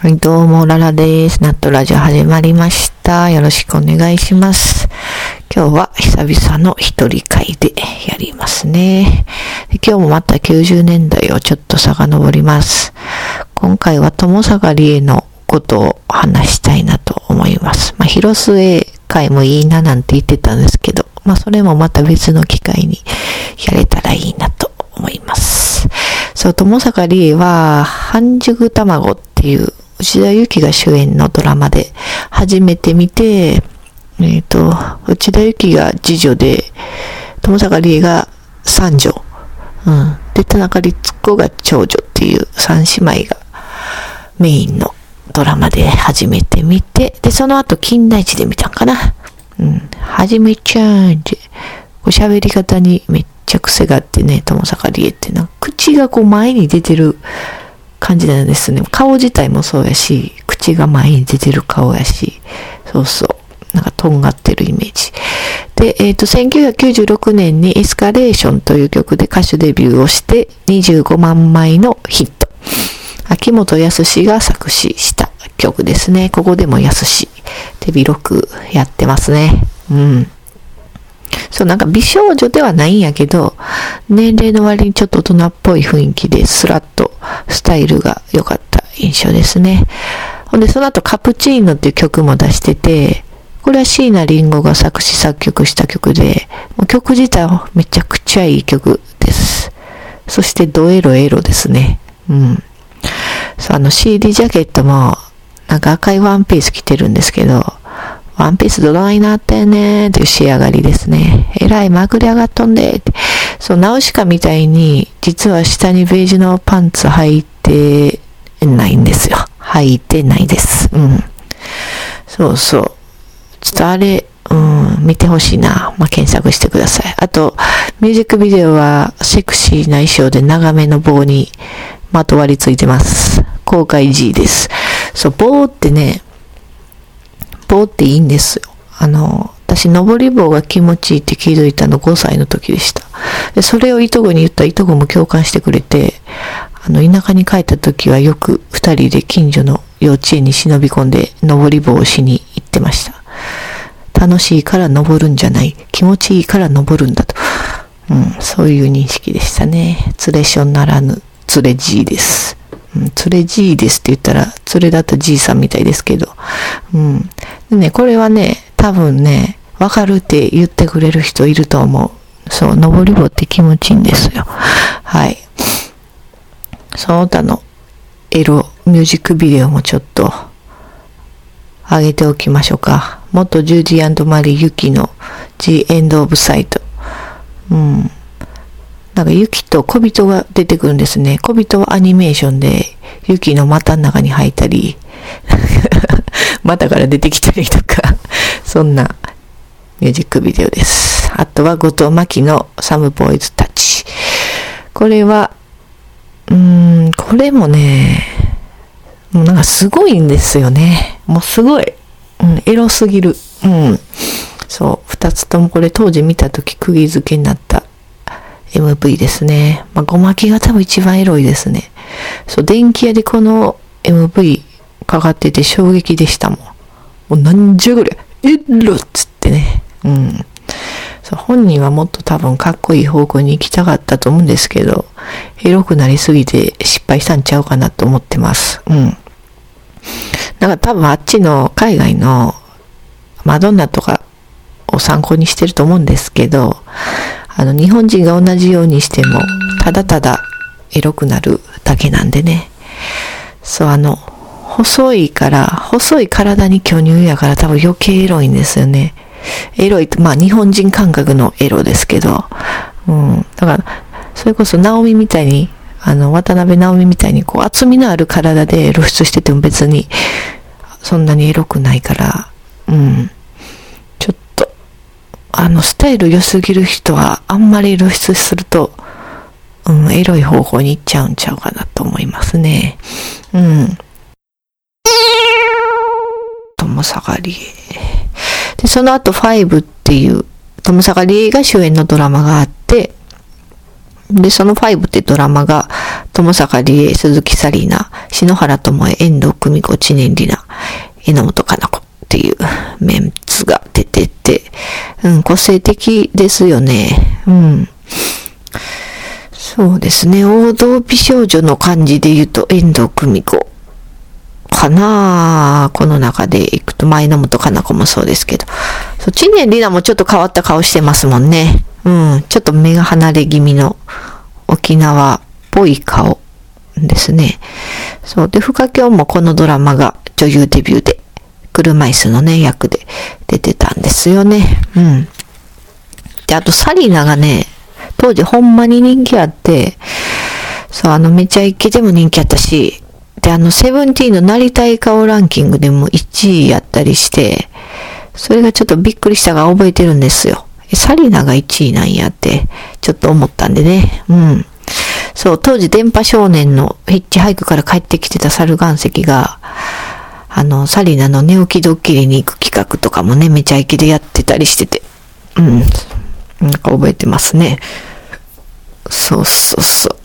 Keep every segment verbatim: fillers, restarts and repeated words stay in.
はい、どうも、ララです。ナットラジオ始まりました。よろしくお願いします。今日は久々の一人会でやりますね。で今日もまたきゅうじゅうねんだいをちょっと遡ります。今回は友坂理恵のことを話したいなと思います。まあ、広末会もいいななんて言ってたんですけど、まあ、それもまた別の機会にやれたらいいなと思います。そう、友坂理恵は、半熟卵っていう、内田有紀が主演のドラマで初めて見て、えっと、内田有紀が次女で、友坂理恵が三女。うん。で、田中律子が長女っていう三姉妹がメインのドラマで初めて見て、で、その後金田一で見たんかな。うん。はじめちゃんって、おしゃべり方にめっちゃ癖があってね、友坂理恵ってなんか口がこう前に出てる感じなんですね。顔自体もそうやし、口が前に出てる顔やし、そうそう。なんかとんがってるイメージ。で、えっと、せんきゅうひゃくきゅうじゅうろくねんにエスカレーションという曲で歌手デビューをしてにじゅうごまんまいのヒット。秋元康が作詞した曲ですね。ここでも康手広くやってますね。うん。そう、なんか美少女ではないんやけど、年齢の割にちょっと大人っぽい雰囲気で、スラッとスタイルが良かった印象ですね。ほんで、その後カプチーノっていう曲も出してて、これは椎名林檎が作詞作曲した曲で、もう曲自体はめちゃくちゃいい曲です。そしてドエロエロですね。うん。そう、あの シーディー ジャケットも、なんか赤いワンピース着てるんですけど、ワンピースドライになったよねーっていう仕上がりですね。えらいまくり上がっとんでーって。そう、ナウシカみたいに、実は下にベージュのパンツ履いてないんですよ。履いてないです。うん。そうそう。ちょっとあれ、うん、見てほしいな。まあ、検索してください。あと、ミュージックビデオはセクシーな衣装で長めの棒にまとわりついてます。公開 G です。そう、棒ってね、棒っていいんですよ。あの、私、登り棒が気持ちいいって気づいたのごさいの時でした。で、それをいとこに言ったらいとこも共感してくれて、あの、田舎に帰った時はよく二人で近所の幼稚園に忍び込んで登り棒をしに行ってました。楽しいから登るんじゃない。気持ちいいから登るんだと。うん、そういう認識でしたね。ツレションならぬ、ツレ G です。うん、ツレ G ですって言ったら、ツレだと G さんみたいですけど。うん。でね、これはね、多分ね、わかるって言ってくれる人いると思う。そう、登り棒って気持ちいいんですよ。はい。その他のエロミュージックビデオもちょっと上げておきましょうか。元ジュディ&マリーユキの The End of Sight。うん。なんかユキと小人が出てくるんですね。小人はアニメーションでユキの股の中に入ったり、股から出てきたりとか、そんなミュージックビデオです。あとは後藤真希のサムボーイズタッチ。これは、うーん、これもね、もうなんかすごいんですよね。もうすごい。うん、エロすぎる。うん。そう、二つともこれ当時見たとき釘付けになった エムブイ ですね。まあ、ごまきが多分一番エロいですね。そう、電気屋でこの エムブイ かかってて衝撃でしたもん。もう何十ぐらい、エロっつってね。うん。そう、本人はもっと多分かっこいい方向に行きたかったと思うんですけど、エロくなりすぎて失敗したんちゃうかなと思ってます。うん。なんか多分あっちの海外のマドンナとかを参考にしてると思うんですけど、あの日本人が同じようにしてもただただエロくなるだけなんでね。そう、あの細いから細い体に巨乳やから多分余計エロいんですよね。エロいまあ日本人感覚のエロですけど、うん、だからそれこそナオミみたいにあの、渡辺直美みたいにこう厚みのある体で露出してても別にそんなにエロくないから、うん。ちょっと、あの、スタイル良すぎる人はあんまり露出すると、うん、エロい方向に行っちゃうんちゃうかなと思いますね。うん。友坂理恵。で、その後ファイブっていう友坂理恵が主演のドラマがあって、で、そのファイブってドラマが友坂理恵、鈴木紗理奈、篠原智恵、遠藤久美子、知念里奈、榎本かな子っていうメンツが出てて、うん、個性的ですよね。うん。そうですね。王道美少女の感じで言うと、遠藤久美子かな、この中でいくと、前の本かな子もそうですけど。そう、知念里奈もちょっと変わった顔してますもんね。うん。ちょっと目が離れ気味の沖縄っぽい顔ですね。そう。で、深京もこのドラマが女優デビューで、車椅子のね、役で出てたんですよね。うん。で、あと、紗理奈がね、当時ほんまに人気あって、そう、あの、めちゃイケでも人気あったし、で、あの、セブンティーンのなりたい顔ランキングでもいちいやったりして、それがちょっとびっくりしたが覚えてるんですよ。紗理奈がいちいなんやって、ちょっと思ったんでね。うん。そう、当時電波少年のヒッチハイクから帰ってきてた猿岩石が、あの、紗理奈の寝起きドッキリに行く企画とかもね、めちゃイケでやってたりしてて、うん。なんか覚えてますね。そうそうそう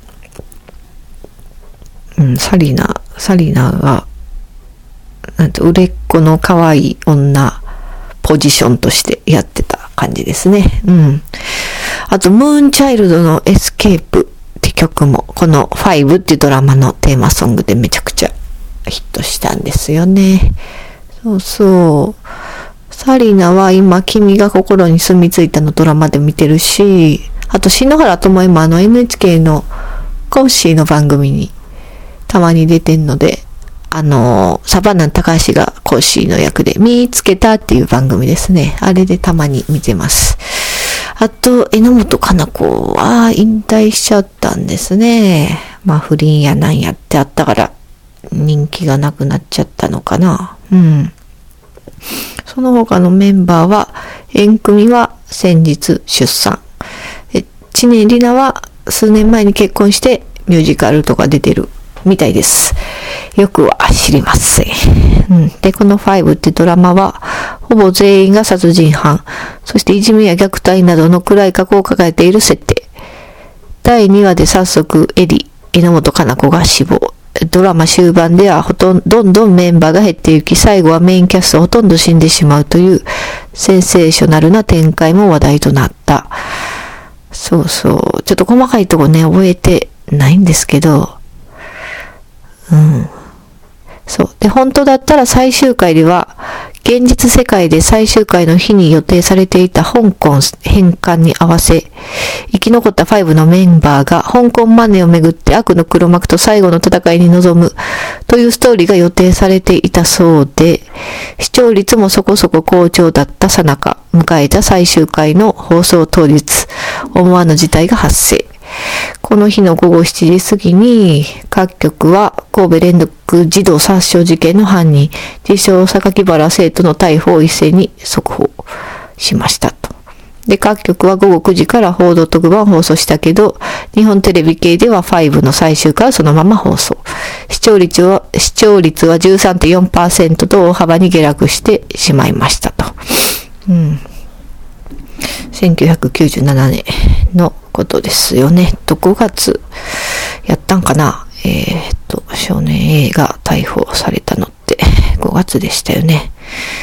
。うん、紗理奈、紗理奈が、なんて、売れっ子の可愛い女、ポジションとしてやってた感じですね。うん。あと、ムーンチャイルドのエスケープって曲も、このファイブっていうドラマのテーマソングでめちゃくちゃヒットしたんですよね。そうそう。紗理奈は今、君が心に住み着いたのドラマで見てるし、あと、篠原智恵もあの エヌエイチケー のコッシーの番組にたまに出てんので、あの、サバンナ高橋がコッシーの役で見つけたっていう番組ですね。あれでたまに見てます。あと、榎本かな子は引退しちゃったんですね。まあ、不倫やなんやってあったから人気がなくなっちゃったのかな。うん。その他のメンバーは、縁組は先日出産。知念里奈は数年前に結婚してミュージカルとか出てるみたいです。よくは知りません。うん、で、このファイブってドラマは、ほぼ全員が殺人犯、そしていじめや虐待などの暗い過去を抱えている設定。だいにわで早速、エリ、榎本かな子が死亡。ドラマ終盤ではほとんど、どんどんメンバーが減っていき、最後はメインキャストほとんど死んでしまうという、センセーショナルな展開も話題となった。そうそう。ちょっと細かいとこね、覚えてないんですけど、うん。そう。で、本当だったら最終回では、現実世界で最終回の日に予定されていた香港返還に合わせ、生き残ったファイブのメンバーが香港マネーをめぐって悪の黒幕と最後の戦いに臨むというストーリーが予定されていたそうで、視聴率もそこそこ好調だったさなか、迎えた最終回の放送当日、思わぬ事態が発生。この日のごごしちじ過ぎに、各局は神戸連続児童殺傷事件の犯人、自称榊原生徒の逮捕を一斉に速報しましたと。で、各局はごごくじから報道特番を放送したけど、日本テレビ系ではファイブの最終回はそのまま放送。視聴率は、視聴率は じゅうさんてんよんパーセント と大幅に下落してしまいましたと。うん。せんきゅうひゃくきゅうじゅうななねんのことですよね。とごがつやったんかな。えー、っと、少年 A が逮捕されたのってごがつでしたよね。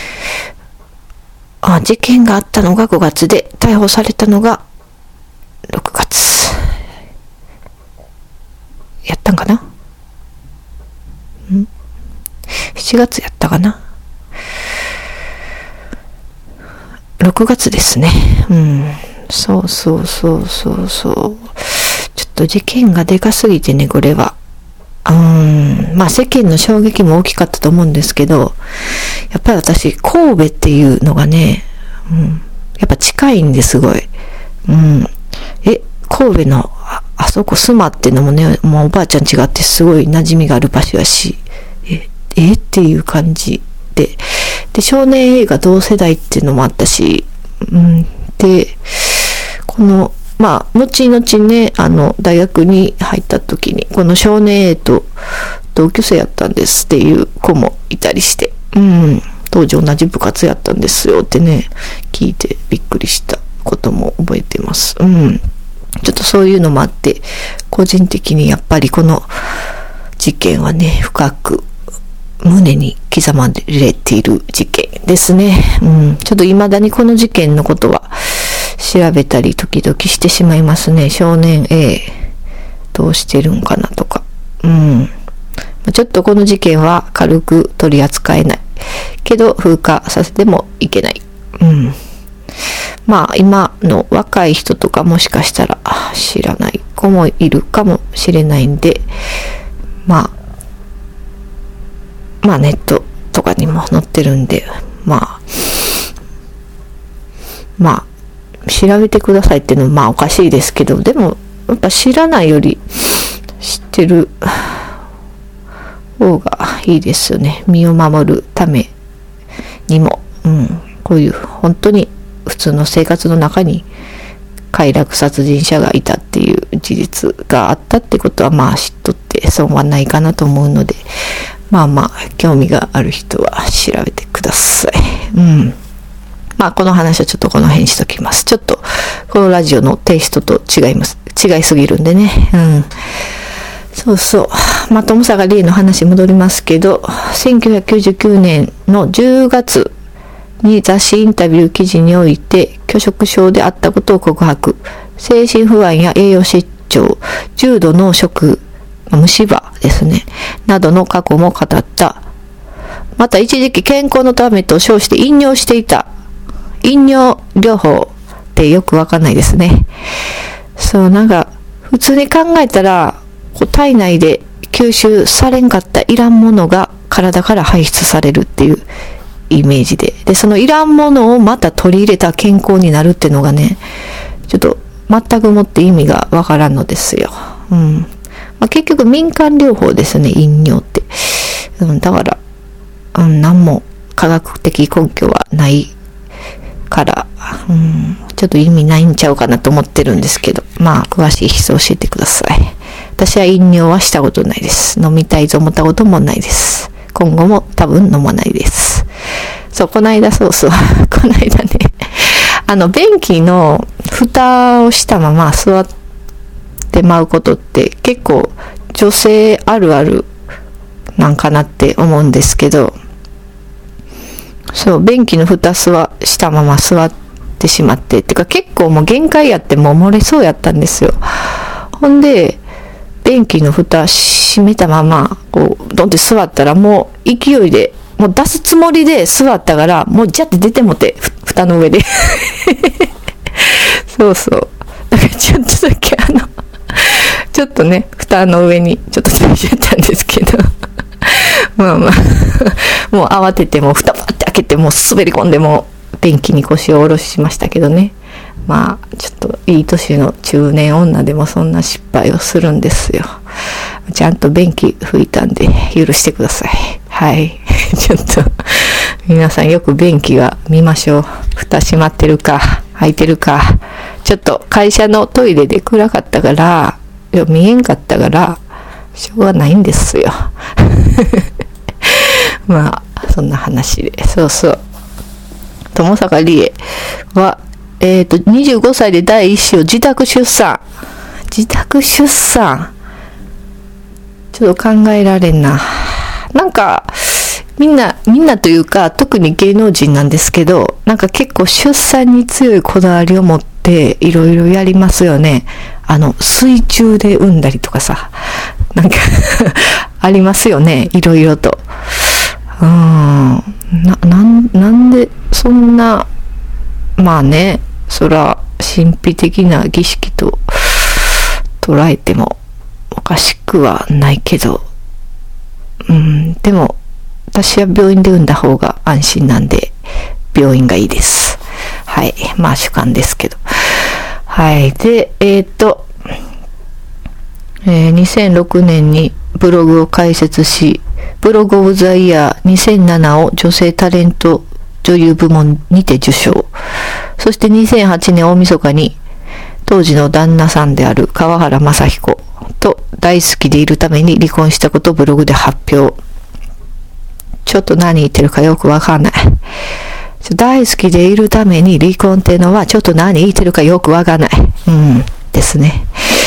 あ、事件があったのがごがつで、逮捕されたのがろくがつ。やったんかな？ん ?しちがつやったかな？ろくがつですね。うん。そうそうそうそうそう。ちょっと事件がでかすぎてね、これは。うーん。まあ世間の衝撃も大きかったと思うんですけど、やっぱり私、神戸っていうのがね、うん。やっぱ近いんですごい。うん。え、神戸の、あ、あそこ須磨っていうのもね、もうおばあちゃん違ってすごい馴染みがある場所やし、え、えっていう感じで、で、少年 A が同世代っていうのもあったし、うん、で、この、まあ、後々ね、あの、大学に入った時に、この少年 A と同級生やったんですっていう子もいたりして、うん、当時同じ部活やったんですよってね、聞いてびっくりしたことも覚えてます。うん。 ちょっとそういうのもあって、個人的にやっぱりこの事件はね、深く胸に刻まれている事件ですね。うん、ちょっと未だにこの事件のことは調べたり時々してしまいますね。少年 A どうしてるんかなとか。うん。ちょっとこの事件は軽く取り扱えない。けど風化させてもいけない。うん。まあ今の若い人とかもしかしたら知らない子もいるかもしれないんで、まあまあネットとかにも載ってるんで、まあまあ調べてくださいっていうのはまあおかしいですけど、でもやっぱ知らないより知ってる方がいいですよね。身を守るためにも、うん、こういう本当に普通の生活の中に快楽殺人者がいたっていう事実があったってことはまあ知っとって損はないかなと思うので、まあまあ興味がある人は調べてください。うん。まあこの話はちょっとこの辺にしときます。ちょっとこのラジオのテイストと違います。違いすぎるんでね。うん。そうそう。まあ友坂理恵の話戻りますけど、せんきゅうひゃくきゅうじゅうきゅうねんのじゅうがつに雑誌インタビュー記事において拒食症であったことを告白。精神不安や栄養失調、重度脳食、虫歯ですね、などの過去も語った。また一時期健康のためと称して飲料していた。飲料療法ってよくわかんないですね。そう、なんか普通に考えたら体内で吸収されんかったいらんものが体から排出されるっていうイメージで、でそのいらんものをまた取り入れた健康になるっていうのがね、ちょっと全くもって意味がわからんのですよ。うん。まあ、結局民間療法ですね、飲料って。うん、だから、うん、何も科学的根拠はないから、うん、ちょっと意味ないんちゃうかなと思ってるんですけど、まあ詳しい人教えてください。私は飲料はしたことないです。飲みたいと思ったこともないです。今後も多分飲まないです。そう、この間、そうそう、この間ね、あの、便器の蓋をしたまま座ってまうことって結構女性あるあるなんかなって思うんですけど、そう、便器の蓋座したまま座ってしまって、てか結構もう限界やってもう漏れそうやったんですよ。ほんで、便器の蓋閉めたまま、こう、ドンって座ったらもう勢いで、もう出すつもりで座ったから、もうジャって出てもて、蓋の上で。そうそう。だからちょっとだけあの、ちょっとね、蓋の上にちょっと出ちゃったんですけど。まあまあ、もう慌ててもう蓋バって開けてもう滑り込んでも便器に腰を下ろしましたけどね。まあ、ちょっといい年の中年女でもそんな失敗をするんですよ。ちゃんと便器拭いたんで許してください。はい。ちょっと、皆さんよく便器は見ましょう。蓋閉まってるか、開いてるか。ちょっと会社のトイレで暗かったから、いや見えんかったから、しょうがないんですよ。まあ、そんな話で。そうそう。友坂理恵は、えっと、にじゅうごさいで第一子を自宅出産。自宅出産。ちょっと考えられんな。なんか、みんな、みんなというか、特に芸能人なんですけど、なんか結構出産に強いこだわりを持っていろいろやりますよね。あの、水中で産んだりとかさ。なんか、ありますよね。いろいろと。うーん。な、なん、なんで、そんな、まあね、そら、神秘的な儀式と捉えてもおかしくはないけど、うん、でも、私は病院で産んだ方が安心なんで、病院がいいです。はい。まあ主観ですけど。はい。で、えっと、えー、にせんろくねんにブログを開設し、ブログオブザイヤーにせんななを女性タレント女優部門にて受賞。そしてにせんはちねん大晦日に当時の旦那さんである川原雅彦と大好きでいるために離婚したことをブログで発表。ちょっと何言ってるかよくわかんない。大好きでいるために離婚っていうのはちょっと何言ってるかよくわかんない。うん。っですね。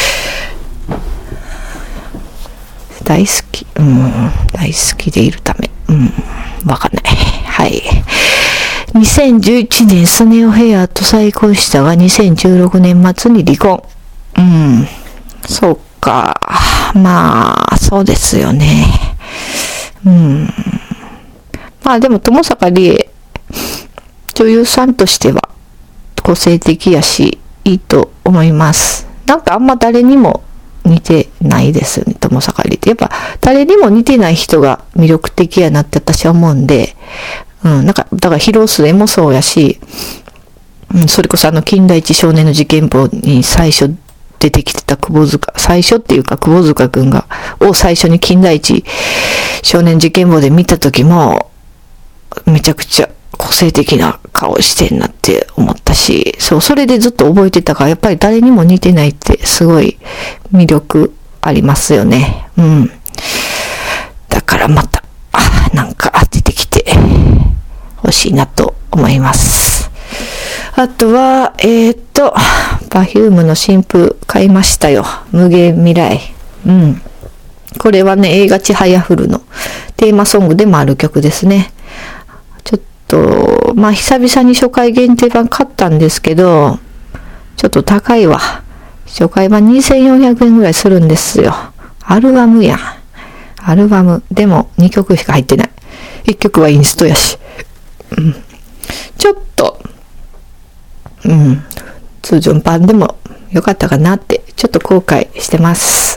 大好き、うん、大好きでいるため、うん、わかんない。はい。にせんじゅういちねんスネオヘアと再婚したがにせんじゅうろくねん末に離婚。うん、そうか。まあ、そうですよね。うん。まあでも、友坂理恵、女優さんとしては個性的やし、いいと思います。なんかあんま誰にも似てないですよね、友坂理恵って。やっぱ誰にも似てない人が魅力的やなって私は思うんで、うん、なんか、だから広末もそうやし、うん、それこそあの金田一少年の事件簿に最初出てきてた窪塚、最初っていうか窪塚くんが、を最初に金田一少年事件簿で見た時も、めちゃくちゃ個性的な顔してんなって思ったし、そう、それでずっと覚えてたから、やっぱり誰にも似てないってすごい魅力ありますよね。うん。だからまた、あ、なんか出てきて欲しいなと思います。あとは、えー、っと、Perfume の新譜買いましたよ。無限未来。うん。これはね、映画ちはやふるのテーマソングでもある曲ですね。ちょっと、まあ久々に初回限定版買ったんですけど、ちょっと高いわ。初回版にせんよんひゃくえんぐらいするんですよ。アルバムやん。アルバム。でもにきょくしか入ってない。いっきょくはインストやし。うん、ちょっと、うん、通常版でもよかったかなって、ちょっと後悔してます。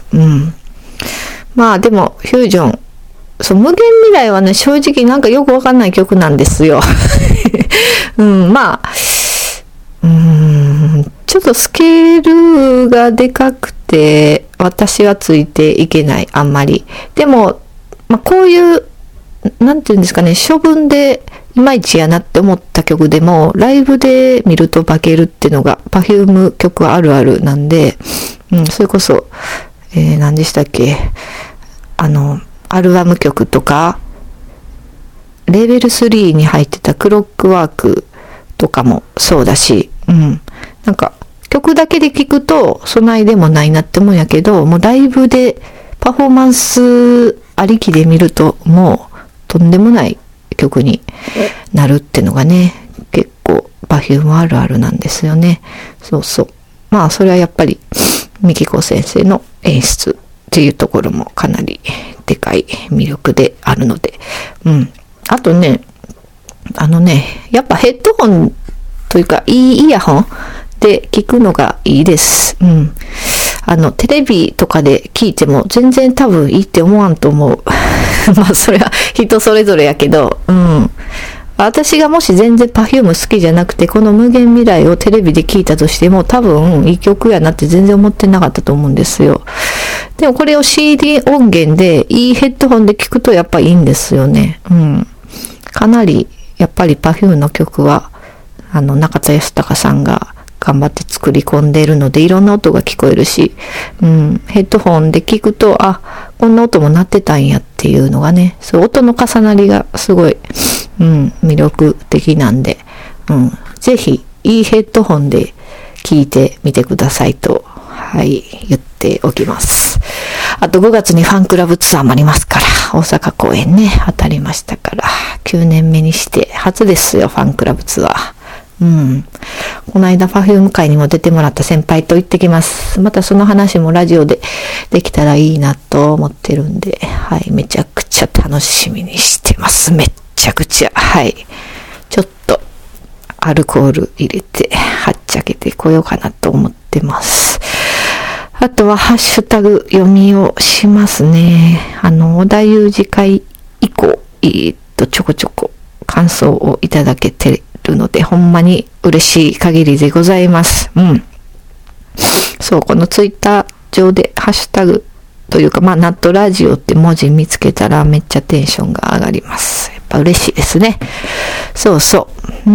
うん。まあでも、フュージョン、そう、無限未来はね、正直なんかよくわかんない曲なんですよ。うん、まあ、うーん、ちょっとスケールがでかくて、私はついていけない、あんまり。でも、まあこういう、なんていうんですかね、処分でいまいちやなって思った曲でも、ライブで見ると化けるっていうのが、Perfume 曲あるあるなんで、うん、それこそ、えー、何でしたっけ、あの、アルバム曲とか、レベルスリーに入ってたクロックワークとかもそうだし、うん。なんか、曲だけで聴くと、そないでもないなって思うんやけど、もうライブでパフォーマンスありきで見ると、もう、とんでもない曲になるってのがね、結構 Perfume あるあるなんですよね。そうそう。まあそれはやっぱりミキコ先生の演出っていうところもかなりでかい魅力であるので、うん。あとね、あのね、やっぱヘッドホンというかいいイヤホンで聞くのがいいです。うん。あの、テレビとかで聞いても全然多分いいって思わんと思う。まあ、それは人それぞれやけど、うん。私がもし全然 Perfume 好きじゃなくて、この無限未来をテレビで聞いたとしても、多分いい曲やなって全然思ってなかったと思うんですよ。でもこれを シーディー 音源で、いいヘッドホンで聞くとやっぱいいんですよね。うん。かなり、やっぱり Perfume の曲は、あの、中田泰孝さんが、頑張って作り込んでいるので、いろんな音が聞こえるし、うん、ヘッドホンで聞くと、あ、こんな音も鳴ってたんやっていうのがね、そう、音の重なりがすごい、うん、魅力的なんで、うん、ぜひ、いいヘッドホンで聞いてみてくださいと、はい、言っておきます。あとごがつにファンクラブツアーもありますから、大阪公演ね、当たりましたから、きゅうねんめにして初ですよ、ファンクラブツアー。うん。この間 Perfume 会にも出てもらった先輩と行ってきます。またその話もラジオでできたらいいなと思ってるんで、はい、めちゃくちゃ楽しみにしてます。めっちゃくちゃ。はい。ちょっとアルコール入れて、はっちゃけてこようかなと思ってます。あとはハッシュタグ読みをしますね。あの、小田裕二会以降、えー、っと、ちょこちょこ感想をいただけてるので、ほんまに嬉しい限りでございます。うん。そう、このツイッター上でハッシュタグというか、まあ、ナットラジオって文字見つけたらめっちゃテンションが上がります。やっぱ嬉しいですね。そうそう。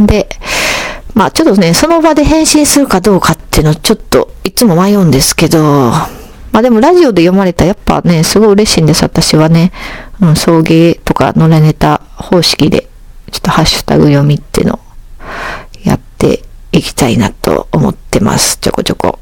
で、まあ、ちょっとね、その場で返信するかどうかっていうのちょっといつも迷うんですけど、まあでもラジオで読まれたらやっぱね、すごい嬉しいんです、私はね。うん、送迎とかのらネタ方式で、ちょっとハッシュタグ読みっていうのやっていきたいなと思ってます。ちょこちょこ。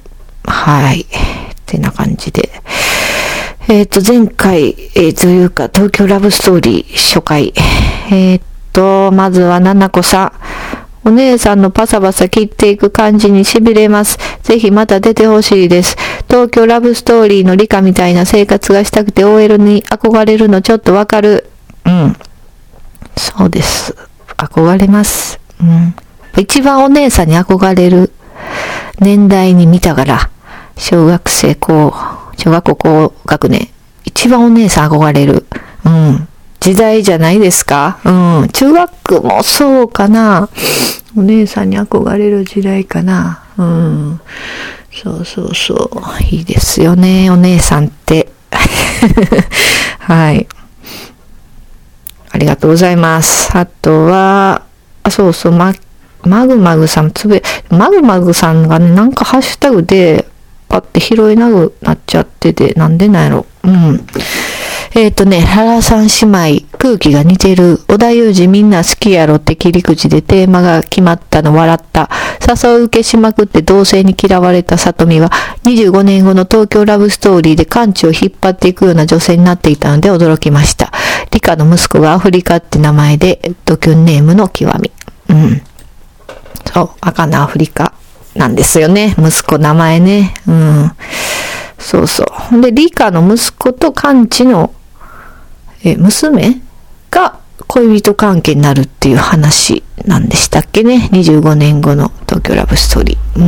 はい。ってな感じで。えっと、前回、えー、というか、東京ラブストーリー初回。えっと、まずは、ななこさん。お姉さんのパサパサ切っていく感じに痺れます。ぜひまた出てほしいです。東京ラブストーリーの理科みたいな生活がしたくて オーエル に憧れるのちょっとわかる。うん。そうです。憧れます。うん。一番お姉さんに憧れる年代に見たから、小学生高、小学校高学年。一番お姉さん憧れる。うん。時代じゃないですか？うん。中学もそうかな。お姉さんに憧れる時代かな。うん。そうそうそう。いいですよね、お姉さんって。はい。ありがとうございます。あとは、あ、そうそう、ま、マグマグさん、つぶ、マグマグさんがね、なんかハッシュタグで、パッて拾えなくなっちゃってて、なんでなんやろ。うん。えっとね、ララさん姉妹、空気が似てる。織田裕二みんな好きやろって切り口でテーマが決まったの笑った。誘い受けしまくって同性に嫌われた里美は、にじゅうごねんごの東京ラブストーリーで完治を引っ張っていくような女性になっていたので驚きました。理科の息子がアフリカって名前で、ドキュンネームの極み。うん。そう、赤なアフリカなんですよね。息子名前ね。うん。そうそう。で、理科の息子と完治のえ娘が恋人関係になるっていう話なんでしたっけね。にじゅうごねんごの東京ラブストーリー。うん。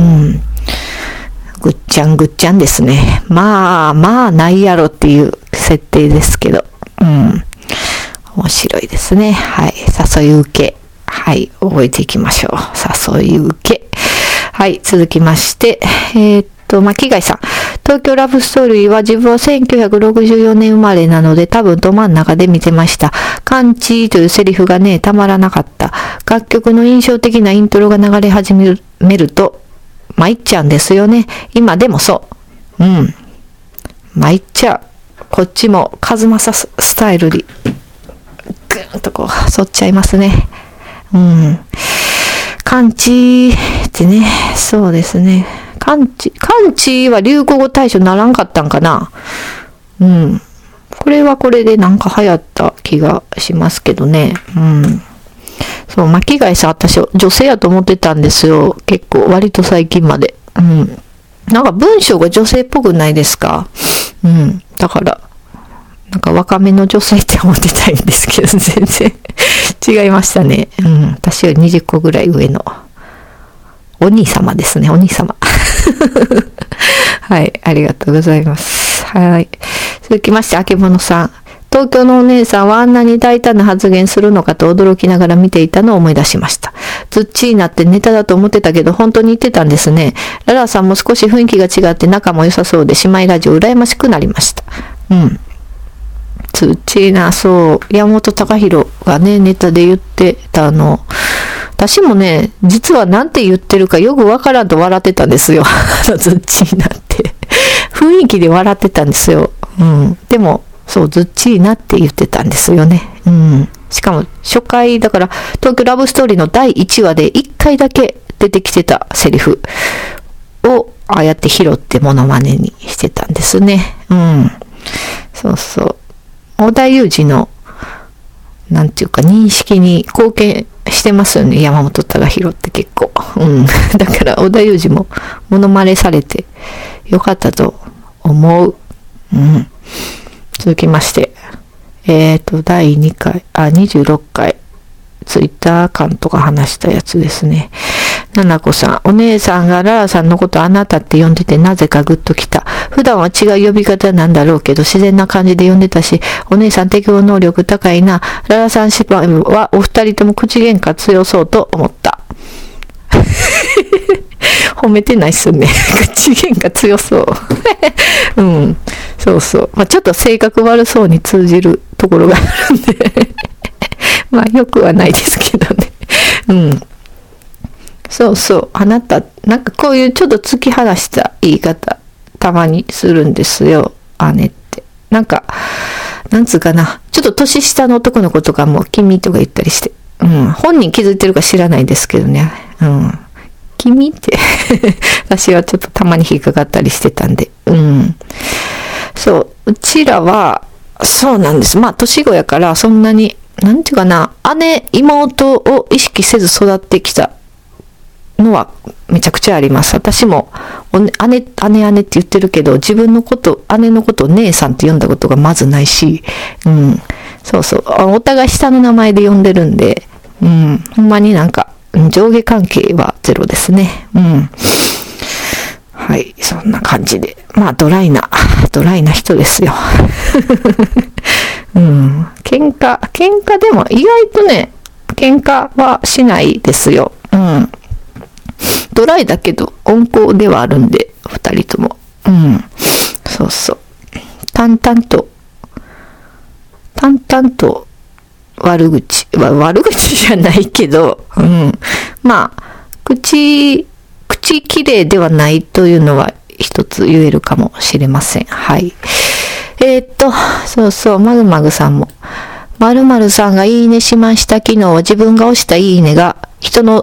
ぐっちゃんぐっちゃんですね。まあ、まあないやろっていう設定ですけど。うん。面白いですね。はい。誘い受け。はい。覚えていきましょう。誘い受け。はい。続きまして、えー、っと、巻貝さん。東京ラブストーリーは自分はせんきゅうひゃくろくじゅうよねん生まれなので多分ど真ん中で見てました。カンチーというセリフがね、たまらなかった。楽曲の印象的なイントロが流れ始めると、参っちゃうんですよね。今でもそう。うん。参っちゃう。こっちもカズマサスタイルに、ぐーんとこう、反っちゃいますね。うん。カンチーってね、そうですね。カンチ、カンチは流行語大賞ならんかったんかな。うん。これはこれでなんか流行った気がしますけどね。うん。そう、巻貝さん、私、女性やと思ってたんですよ。結構、割と最近まで。うん。なんか文章が女性っぽくないですか？うん。だから、なんか若めの女性って思ってたいんですけど、全然違いましたね。うん。私よりにじゅっこぐらい上の。お兄様ですね、お兄様。はい、ありがとうございます。はい。続きまして、あけぼのさん。東京のお姉さんはあんなに大胆な発言するのかと驚きながら見ていたのを思い出しました。ズッチーナってネタだと思ってたけど、本当に言ってたんですね。ララさんも少し雰囲気が違って仲も良さそうで、姉妹ラジオ羨ましくなりました。うん。ズッチーナ、そう、山本隆弘がね、ネタで言ってたの。私もね、実はなんて言ってるかよくわからんと笑ってたんですよ。ズッチーナって。雰囲気で笑ってたんですよ。うん。でも、そう、ズッチーナって言ってたんですよね。うん。しかも、初回、だから、東京ラブストーリーのだいいちわでいっかいだけ出てきてたセリフを、ああやって拾ってモノマネにしてたんですね。うん。そうそう。織田裕二の、なんていうか、認識に貢献してますよね。山本隆弘って結構。うん。だから、織田裕二もモノマネされてよかったと思う。うん。続きまして。えっと、だいにかい、あ、にじゅうろっかい。ツイッター感とか話したやつですね。ななこさん、お姉さんがララさんのことあなたって呼んでてなぜかグッときた。普段は違う呼び方なんだろうけど自然な感じで呼んでたし、お姉さん適応能力高いな。ララさん姉妹はお二人とも口喧嘩強そうと思った。褒めてないっすね。口喧嘩強そう。うん。そうそう。まあちょっと性格悪そうに通じるところがあるんで。まあよくはないですけどね。うん。そうそう。あなた、なんかこういうちょっと突き放した言い方、たまにするんですよ。姉って。なんか、なんつうかな。ちょっと年下の男の子とかも君とか言ったりして。うん。本人気づいてるか知らないですけどね。うん。 君って私はちょっとたまに引っかかったりしてたんで。うん。そう、うちらは、そうなんです。まあ、年子やから、そんなに、なんていうかな、姉、妹を意識せず育ってきたのはめちゃくちゃあります。私も、姉、姉、姉って言ってるけど、自分のこと、姉のことを姉さんって呼んだことがまずないし、うん。そうそう。お互い下の名前で呼んでるんで、うん。ほんまになんか、上下関係はゼロですね。うん。はい。そんな感じで。まあ、ドライな、ドライな人ですよ。うん。喧嘩、喧嘩でも意外とね、喧嘩はしないですよ。うん。ドライだけど温厚ではあるんで、二人とも。うん。そうそう。淡々と、淡々と悪口、悪口じゃないけど、うん。まあ、口、口綺麗ではないというのは一つ言えるかもしれません。はい。えー、っと、そうそう、まぐまぐさんも。まるまるさんがいいねしました。昨日は自分が押したいいねが人の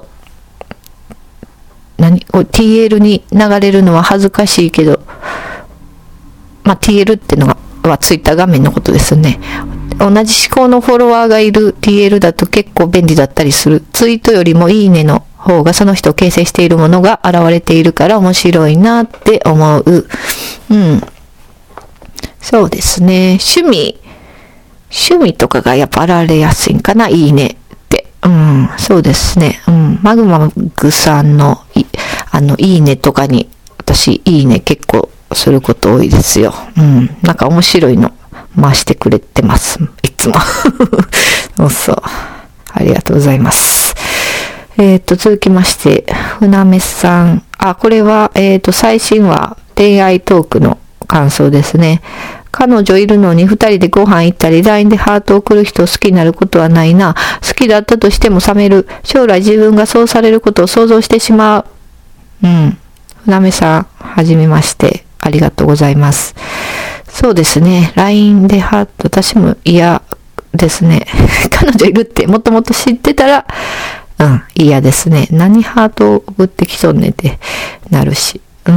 何 ティーエル に流れるのは恥ずかしいけど、まあ、ティーエル ってのが、はツイッター画面のことですね。同じ思考のフォロワーがいる ティーエル だと結構便利だったりする。ツイートよりもいいねの方がその人を形成しているものが現れているから面白いなって思う。うん。そうですね。趣味、趣味とかがやっぱ現れやすいんかな、いいねって。うん、そうですね。うん。マグマグさんの、あの、いいねとかに、私、いいね結構すること多いですよ。うん。なんか面白いの回してくれてます。いつも。そうそう。ありがとうございます。えっと、続きまして、船目さん。あ、これは、えっと、最新話、恋愛トークの感想ですね。彼女いるのに二人でご飯行ったり ライン でハートを送る人を好きになることはないな。好きだったとしても冷める。将来自分がそうされることを想像してしまう。うん。船目さん、はじめまして。ありがとうございます。そうですね。ライン でハート、私も嫌ですね。彼女いるってもともと知ってたら、うん、嫌ですね。何ハートを送ってきそうねってなるし。うん。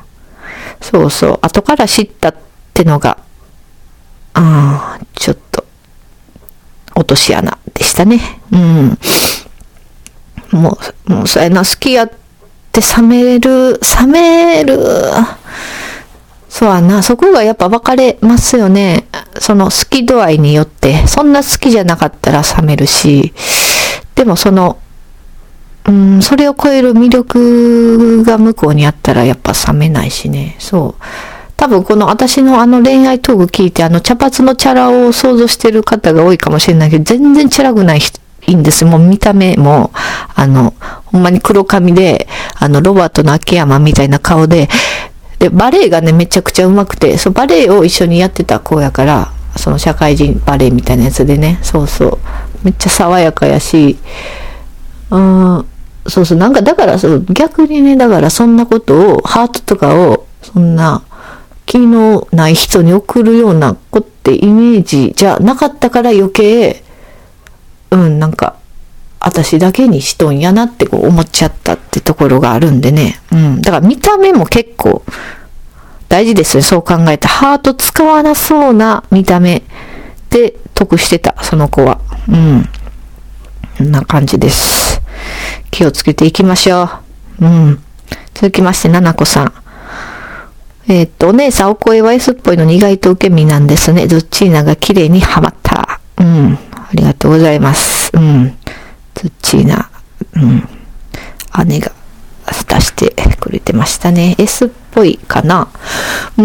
そうそう。後から知ったってのが、ああ、ちょっと、落とし穴でしたね。うん。もう、もう、そうやな、好きやって冷める、冷める。そうやな、そこがやっぱ分かれますよね。その好き度合いによって、そんな好きじゃなかったら冷めるし、でもその、うん、それを超える魅力が向こうにあったらやっぱ冷めないしね。そう。多分この私のあの恋愛トーク聞いてあの茶髪のチャラを想像してる方が多いかもしれないけど、全然チャラくない人いいんです。もう見た目も、あの、ほんまに黒髪で、あの、ロバートの秋山みたいな顔で、で、バレエがね、めちゃくちゃ上手くて、そう、バレエを一緒にやってた子やから、その社会人バレエみたいなやつでね、そうそう。めっちゃ爽やかやし、うん、そうそう、なんかだからそう、逆にね、だからそんなことを、ハートとかを、そんな、気のない人に送るような子ってイメージじゃなかったから余計、うん、なんか、私だけにしとんやなってこう思っちゃったってところがあるんでね。うん。だから見た目も結構大事ですよ。そう考えた。ハート使わなそうな見た目で得してた、その子は。うん。こんな感じです。気をつけていきましょう。うん。続きまして、ななこさん。えー、っと、お姉さんお声は S っぽいのに意外と受け身なんですね。ズッチーナが綺麗にハマった。うん。ありがとうございます。うん。ズッチーナ、うん。姉が出してくれてましたね。S っぽいかな。うん。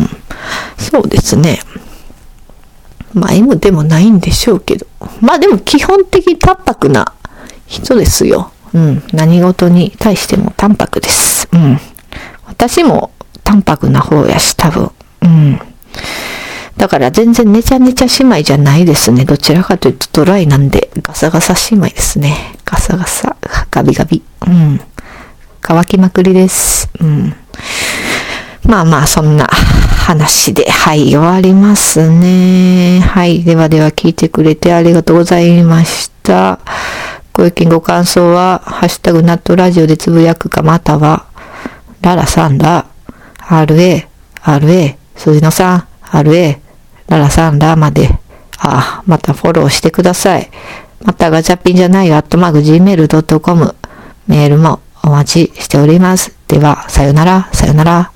そうですね。まあ M でもないんでしょうけど。まあでも基本的淡白な人ですよ。うん。何事に対しても淡白です。うん。私も淡白な方やし、多分。うん。だから全然ネチャネチャ姉妹じゃないですね。どちらかというとドライなんで、ガサガサ姉妹ですね。ガサガサ、ガビガビ。うん。乾きまくりです。うん。まあまあ、そんな話で、はい、終わりますね。はい。ではでは聞いてくれてありがとうございました。 ご意見ご感想は、ハッシュタグナットラジオでつぶやくか、または、ララサンラ、アールエー、アールエー、数字のさん、アールエー、ララサンラまで、あ、またフォローしてください。またガチャピンじゃないよ、アットマーク ジーメールドットコム、メールもお待ちしております。では、さよなら、さよなら。